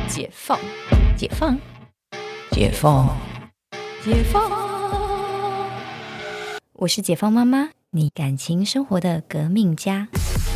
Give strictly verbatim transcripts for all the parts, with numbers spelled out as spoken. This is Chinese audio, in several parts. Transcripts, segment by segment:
解放，解放，解放，解放。我是解放妈妈，你感情生活的革命家。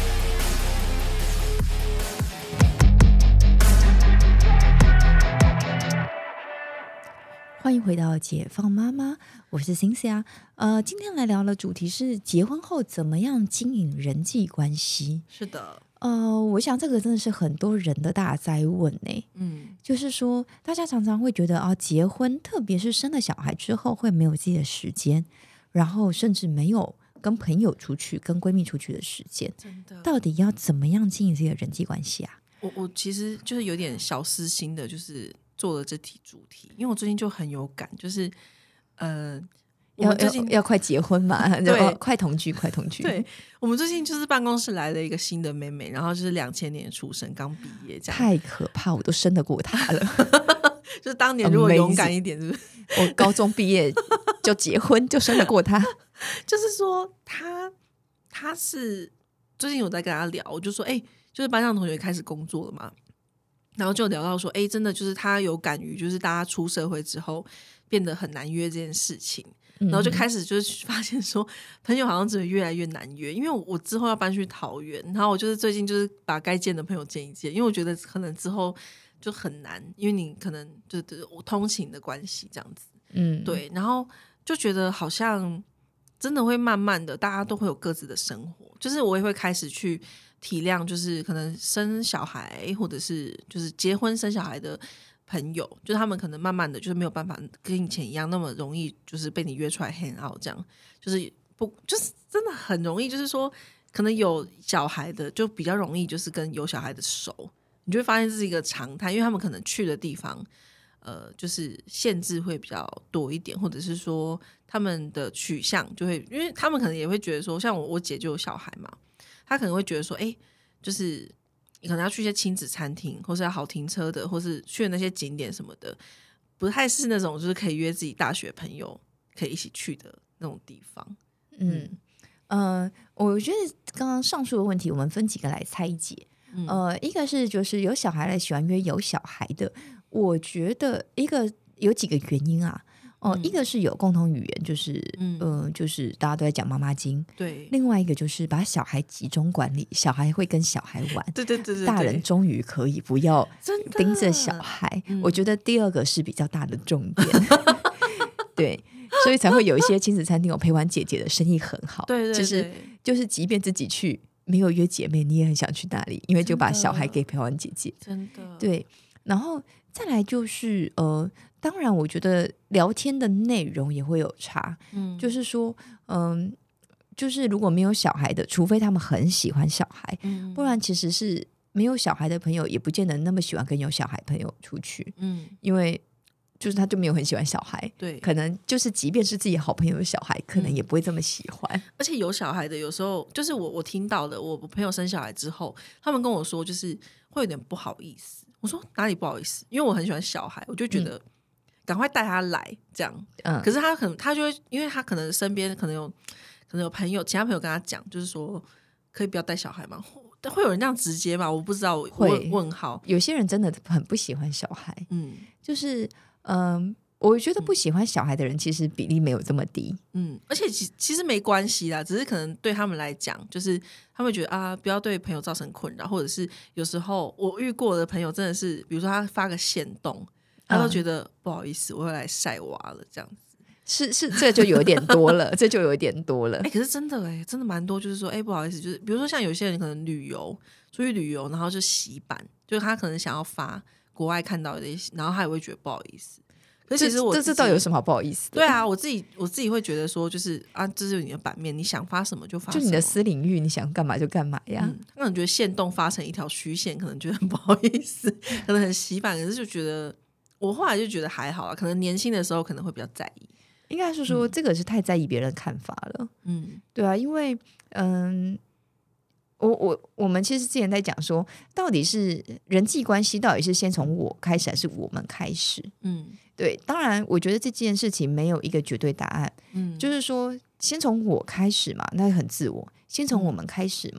欢迎回到解放妈妈，我是 Cynthia。呃，今天来聊的主题是结婚后怎么样经营人际关系。 是的， 呃，我想这个真的是很多人的大哉问呢、欸。 嗯， 就是说，大家常常会觉得啊，结婚，特别是生了小孩之后，会没有自己的时间，然后甚至没有跟朋友出去、跟闺蜜出去的时间。 真的， 到底要怎么样经营自己的人际关系啊？ 我我其实就是有点小私心的，就是做了这题主题，因为我最近就很有感，就是呃，我要们最近要要快结婚嘛， 对哦快同居，快同居。 对，我们最近就是办公室来了一个新的妹妹，然后就是两千年出生，刚毕业，这样太可怕，我都生得过她了。 就是当年如果勇敢一点，是不是？ 我高中毕业就结婚，就生得过她。 就是说，她她是最近有在跟她聊，我就说，哎、欸，就是班上同学开始工作了嘛。然后就聊到说，哎，真的就是他有感于，就是大家出社会之后变得很难约这件事情， 嗯、 然后就开始就是发现说，朋友好像真的越来越难约。因为我之后要搬去桃园，然后我就是最近就是把该见的朋友见一见，因为我觉得可能之后就很难，因为你可能就是通勤的关系这样子，嗯，对，然后就觉得好像真的会慢慢的，大家都会有各自的生活，就是我也会开始去体谅，就是可能生小孩或者是就是结婚生小孩的朋友，就是他们可能慢慢的就是没有办法跟以前一样那么容易就是被你约出来 hang out， 这样就是不就是真的很容易，就是说可能有小孩的就比较容易就是跟有小孩的熟，你就会发现这是一个常态，因为他们可能去的地方呃就是限制会比较多一点，或者是说他们的取向就会，因为他们可能也会觉得说，像我我姐就有小孩嘛，他可能会觉得说，哎、欸，就是你可能要去一些亲子餐厅，或是要好停车的，或是去那些景点什么的，不太是那种就是可以约自己大学朋友可以一起去的那种地方。 嗯呃，我觉得刚刚上述的问题，我们分几个来拆解。嗯、呃，一个是就是有小孩的喜欢约有小孩的，我觉得一个有几个原因啊。哦、呃嗯，一个是有共同语言，就是嗯、呃，就是大家都在讲妈妈经。 对。 另外一个就是把小孩集中管理，小孩会跟小孩玩。 对对 对, 对, 对， 大人终于可以不要盯着小孩。我觉得第二个是比较大的重点。对，所以才会有一些亲子餐厅有陪玩姐姐的生意很好。 对对对， 就是就是即便自己去没有约姐妹，你也很想去那里，因为就把小孩给陪玩姐姐。 真的。 对，然后再来就是呃。当然我觉得聊天的内容也会有差，嗯，就是说嗯，就是如果没有小孩的，除非他们很喜欢小孩，嗯，不然其实是没有小孩的朋友也不见得那么喜欢跟有小孩朋友出去，嗯，因为就是他就没有很喜欢小孩， 对， 可能就是即便是自己好朋友的小孩可能也不会这么喜欢、嗯、 而且有小孩的有时候就是我我听到的，我朋友生小孩之后他们跟我说就是会有点不好意思，我说哪里不好意思，因为我很喜欢小孩，我就觉得、嗯赶快带他来这样、嗯、可是他可能他就会因为他可能身边可能有可能有朋友其他朋友跟他讲就是说可以不要带小孩吗？会有人这样直接吗？我不知道， 会问号。 有些人真的很不喜欢小孩，嗯，就是嗯，我觉得不喜欢小孩的人其实比例没有这么低， 嗯，而且其其实没关系啦，只是可能对他们来讲就是他们觉得啊不要对朋友造成困扰，或者是有时候我遇过的朋友真的是比如说他发个限动他都觉得、嗯、不好意思我会来晒娃了这样子， 是是这就有点多了这就有点多了、 欸、可是真的哎、欸，真的蛮多就是说哎、欸、不好意思，就是比如说像有些人可能旅游出去旅游然后就洗版，就是他可能想要发国外看到的一些，然后他也会觉得不好意思，可是其实我这这倒有什么好不好意思的？ 对啊，我自己我自己会觉得说就是啊这是你的版面，你想发什么就发什么， 就你的私领域你想干嘛就干嘛呀、嗯、 那你觉得限动发成一条虚线可能觉得很不好意思，可能很洗版，可是就觉得我后来就觉得还好啦，可能年轻的时候可能会比较在意， 应该是说、嗯、这个是太在意别人的看法了，嗯，对啊，因为嗯，我我我们其实之前在讲说到底是人际关系到底是先从我开始还是我们开始，嗯，对，当然我觉得这件事情没有一个绝对答案，嗯，就是说先从我开始嘛，那很自我，先从我们开始嘛、嗯、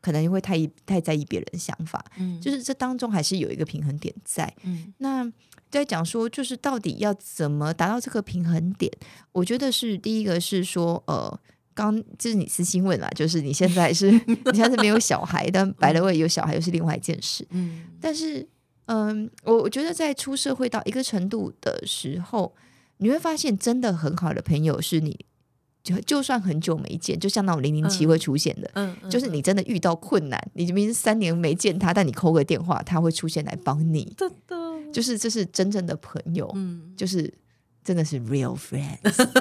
可能会太太在意别人的想法， 嗯， 就是这当中还是有一个平衡点在。 嗯， 那在讲说，就是到底要怎么达到这个平衡点？我觉得是第一个是说，呃，刚这是你私心问啦，就是你现在是你现在是没有小孩，但白了位有小孩又是另外一件事。 嗯， 但是，嗯，我我觉得在出社会到一个程度的时候，你会发现真的很好的朋友是你。就就算很久没见，就像那种零零七会出现的， 嗯嗯、 就是你真的遇到困难，你明明三年没见他，但你扣个电话，他会出现来帮你。 真的， 就是这是真正的朋友， 嗯， 就是真的是 real friends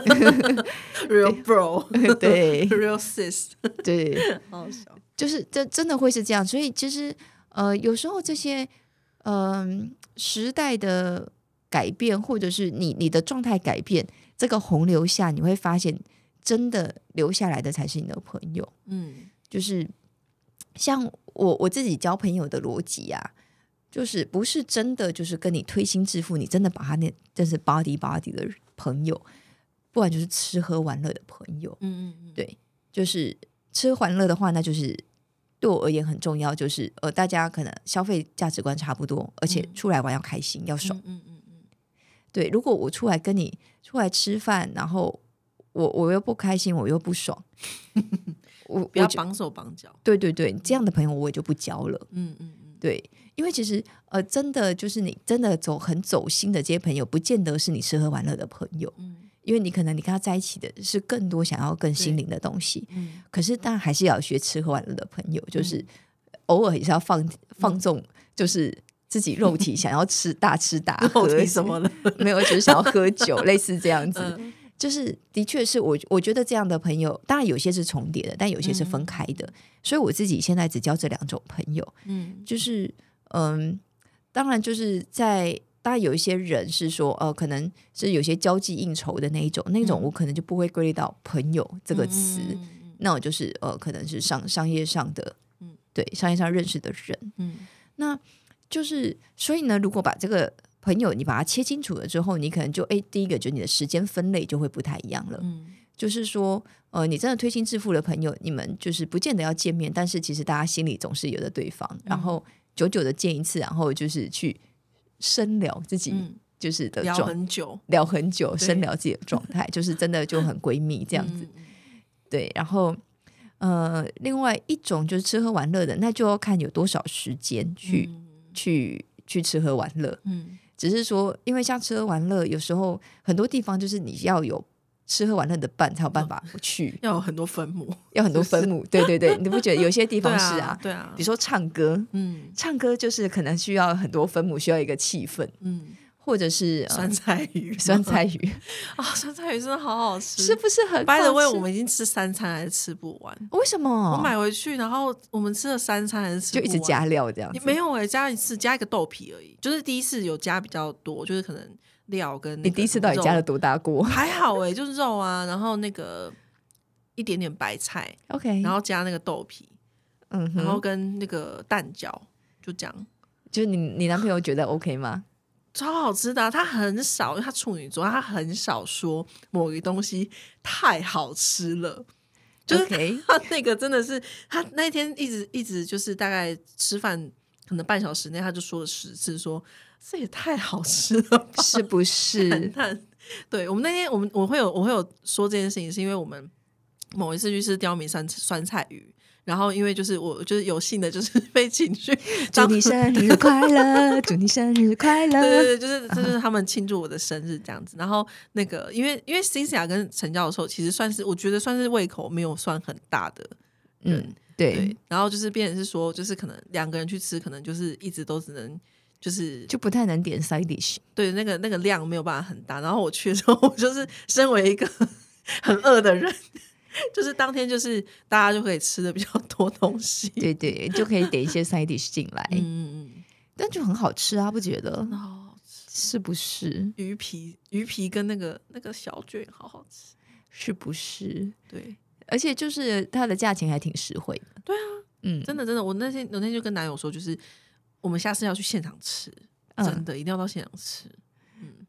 ，real bro， 对 ，real sis， 对， 好笑， 就是这真的会是这样。所以其实呃，有时候这些嗯、呃、时代的改变，或者是你你的状态改变，这个洪流下，你会发现。真的留下来的才是你的朋友， 嗯， 就是像我我自己交朋友的逻辑啊，就是不是真的就是跟你推心置腹，你真的把他那真是 body body 的朋友，不然就是吃喝玩乐的朋友， 嗯嗯嗯， 对，就是吃喝玩乐的话，那就是对我而言很重要，就是呃大家可能消费价值观差不多，而且出来玩要开心要爽， 嗯嗯嗯嗯， 对，如果我出来跟你出来吃饭，然后。我我又不开心，我又不爽，我不要绑手绑脚。 对对对，这样的朋友我也就不交了。 嗯嗯嗯， 对，因为其实呃，真的就是你真的走很走心的这些朋友，不见得是你吃喝玩乐的朋友。嗯，因为你可能你跟他在一起的是更多想要更心灵的东西。嗯，可是当然还是要学吃喝玩乐的朋友，就是偶尔也是要放放纵，就是自己肉体想要吃大吃大喝什么了？ 没有，只是想要喝酒，类似这样子。 嗯， 就是的确是我我觉得这样的朋友当然有些是重叠的，但有些是分开的、嗯、所以我自己现在只交这两种朋友。嗯，就是嗯，当然就是在当然有一些人是说呃，可能是有些交际应酬的那一种那种我可能就不会归类到朋友这个词、嗯、那我就是呃，可能是商商业上的、嗯、对商业上认识的人。嗯，那就是所以呢，如果把这个朋友你把它切清楚了之后，你可能就哎，第一个就你的时间分类就会不太一样了。嗯，就是说呃，你真的推心置腹的朋友，你们就是不见得要见面，但是其实大家心里总是有的对方、嗯、然后久久的见一次，然后就是去深聊自己就是的状、嗯、聊很久聊很久深聊自己的状态就是真的就很闺蜜这样子、嗯、对，然后呃，另外一种就是吃喝玩乐的，那就要看有多少时间去、嗯、去去吃喝玩乐。嗯，只是说因为像吃喝玩乐有时候很多地方就是你要有吃喝玩乐的伴才有办法去， 要有很多分母， 要很多分母，对对对，你不觉得有些地方是啊？ 对啊， 比如说唱歌，嗯，唱歌就是可能需要很多分母，需要一个气氛，嗯，或者是、 呃、酸菜鱼， 酸菜鱼啊、哦，酸菜鱼真的好好吃， 是不是很好吃？ By the way， 我们已经吃三餐还是吃不完， 为什么？ 我买回去，然后我们吃了三餐还是吃不完， 就一直加料这样子？ 没有哎、欸，加一次加一个豆皮而已，就是第一次有加比较多，就是可能。料跟那个你第一次到底加了多大锅？ 还好哎、欸，就是肉啊，然后那个一点点白菜 ，OK， 然后加那个豆皮，嗯，然后跟那个蛋饺，就这样。 就是你你男朋友觉得 OK 吗？ 超好吃的、啊，他很少，因为他处女座，他很少说某个东西太好吃了。就是他那个真的是，他那天一直一直就是大概吃饭可能半小时内，他就说了十次说。这也太好吃了吧， 是不是？ 对，我们那天我们我会有我会有说这件事情，是因为我们某一次去吃刁民酸酸菜鱼，然后因为就是我就是有幸的就是被请去祝你生日快乐，祝你生日快乐， 对对对，就是就是他们庆祝我的生日这样子。然后那个因为因为辛西亚跟陈教授其实算是我觉得算是胃口没有算很大的人，嗯、对, 对，然后就是变成是说就是可能两个人去吃，可能就是一直都只能。就是就不太能点 side dish， 对，那个那个量没有办法很大。然后我去的时候，我就是身为一个很饿的人，就是当天就是大家就可以吃的比较多东西， 对对，就可以点一些 side dish 进来，嗯嗯，但就很好吃啊，不觉得？ 好好吃， 是不是？ 鱼皮鱼皮跟那个那个小卷好好吃， 是不是？ 对， 而且就是它的价钱还挺实惠的。 对啊，嗯，真的真的，我那天我那天就跟男友说，就是。我们下次要去现场吃，真的、嗯、一定要到现场吃。嗯，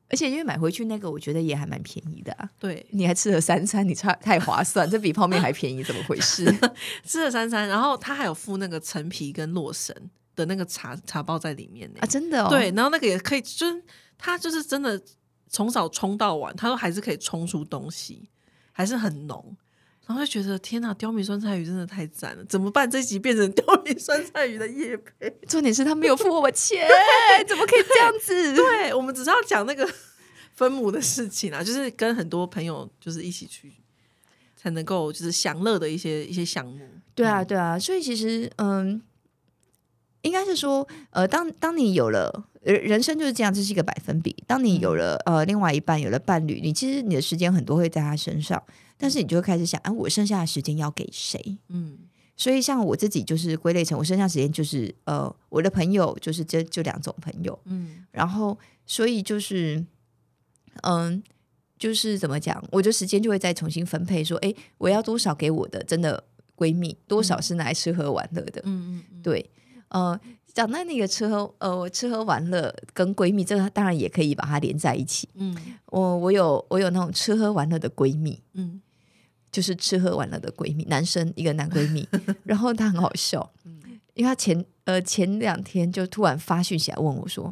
而且因为买回去那个我觉得也还蛮便宜的啊， 对， 你还吃了三餐，你差太划算，这比泡面还便宜，怎么回事？ 吃了三餐，然后他还有附那个陈皮跟洛神的那个茶茶包在里面呢啊，真的哦。 对，然后那个也可以，就是他就是真的从早冲到晚，他都还是可以冲出东西，还是很浓。然后就觉得天哪，刁民酸菜鱼真的太赞了，怎么办？这集变成刁民酸菜鱼的业配， 重点是他没有付我钱，怎么可以这样子？ 对，我们只是要讲那个分母的事情啊，就是跟很多朋友就是一起去才能够就是享乐的一些一些项目。 对啊，对啊，所以其实嗯，应该是说呃，当当你有了。人生就是这样，这是一个百分比。当你有了、嗯、呃另外一半，有了伴侣，你其实你的时间很多会在他身上，但是你就会开始想，啊，我剩下的时间要给谁？嗯，所以像我自己就是归类成我剩下时间就是呃我的朋友就是这就两种朋友，嗯，然后所以就是嗯就是怎么讲，我的时间就会再重新分配，说，哎，我要多少给我的真的闺蜜，多少是拿来吃喝玩乐的，嗯嗯，对，呃。讲到那个吃喝呃吃喝玩乐跟闺蜜，这个当然也可以把它连在一起。嗯，我我有我有那种吃喝玩乐的闺蜜，嗯，就是吃喝玩乐的闺蜜，男生一个男闺蜜，然后他很好笑，嗯，因为他前呃前两天就突然发讯息来问我说，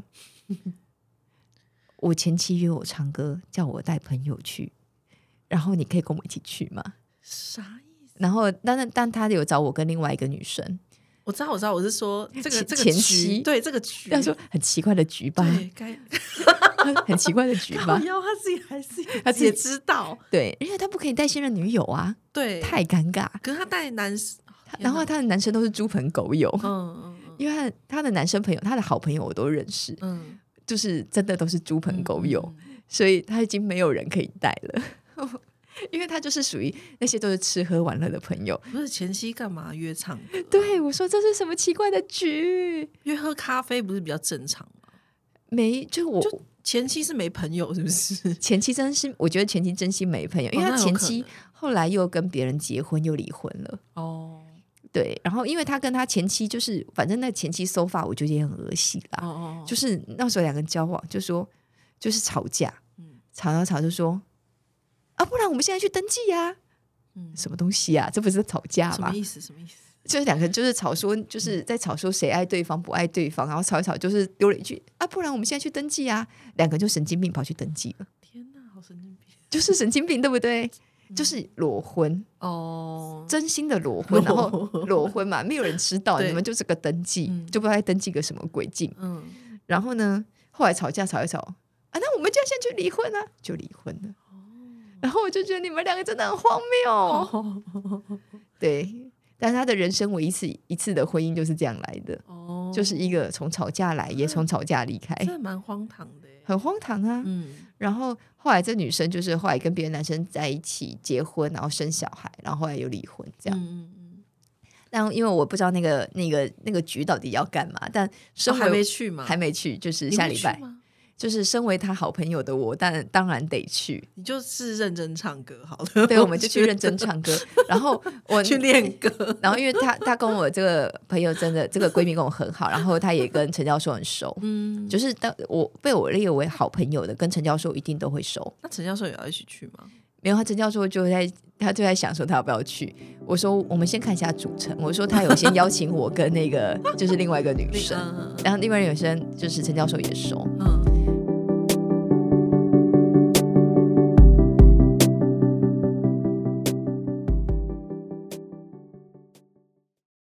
我前妻约我唱歌，叫我带朋友去，然后你可以跟我一起去吗？ 啥意思？ 然后但是但他有找我跟另外一个女生。 我知道，我知道，我是说这个这个前妻， 对这个局， 要说很奇怪的局吧， 对，该很奇怪的局吧， 靠腰他自己还是他自己也知道， 对，因为他不可以带现任女友啊， 对， 太尴尬。 可是他带男， 然后他的男生都是猪朋狗友， 嗯嗯嗯， 因为他他的男生朋友，他的好朋友我都认识，嗯，就是真的都是猪朋狗友，嗯嗯，所以他已经没有人可以带了。因为他就是属于那些都是吃喝玩乐的朋友。 不是前妻干嘛约唱歌、啊？ 对，我说这是什么奇怪的局？ 约喝咖啡不是比较正常吗？ 没，就我就前妻是没朋友是不是？ 前妻真是，我觉得前妻真心没朋友，因为他前妻后来又跟别人结婚又离婚了。哦，对，然后因为他跟他前妻就是，反正那前妻收发，我觉得也很恶心啦。哦哦，就是那时候两个人交往，就说就是吵架，嗯，吵吵吵就说。啊，不然我们现在去登记呀、啊？嗯，什么东西啊？这不是吵架吗？ 什么意思？什么意思？ 就是两个人就是吵说，就是在吵说谁爱对方不爱对方，然后吵一吵，就是丢了一句啊，不然我们现在去登记啊？两个人就神经病跑去登记了。 天哪，好神经病！ 就是神经病，对不对？嗯、就是裸婚哦，真心的裸婚，然后裸婚嘛，没有人知道，你们就是个登记，嗯、就不知道在登记个什么鬼劲。嗯，然后呢，后来吵架吵一吵啊，那我们就要先去离婚啊，就离婚了。然后我就觉得你们两个真的很荒谬、哦，对。但是他的人生唯一一次一次的婚姻就是这样来的，哦、就是一个从吵架来，也从吵架离开， 真的蛮荒唐的， 很荒唐啊。嗯。然后后来这女生就是后来跟别的男生在一起结婚，然后生小孩，然后后来又离婚，这样。嗯嗯。但因为我不知道那个那个那个局到底要干嘛，但生、 哦、还没去吗？ 还没去，就是下礼拜。就是身为他好朋友的我，但当然得去。 你就是认真唱歌好了， 对，我们就去认真唱歌。然后我去练歌， 然后因为他他跟我这个朋友真的这个闺蜜跟我很好，然后他也跟陈教授很熟，嗯，就是当我被我列为好朋友的，跟陈教授一定都会熟。 那陈教授也要一起去吗？ 没有，他陈教授就在他就在想说他要不要去。我说我们先看一下组成。我说他有先邀请我跟那个就是另外一个女生，然后另外一个女生就是陈教授也熟。嗯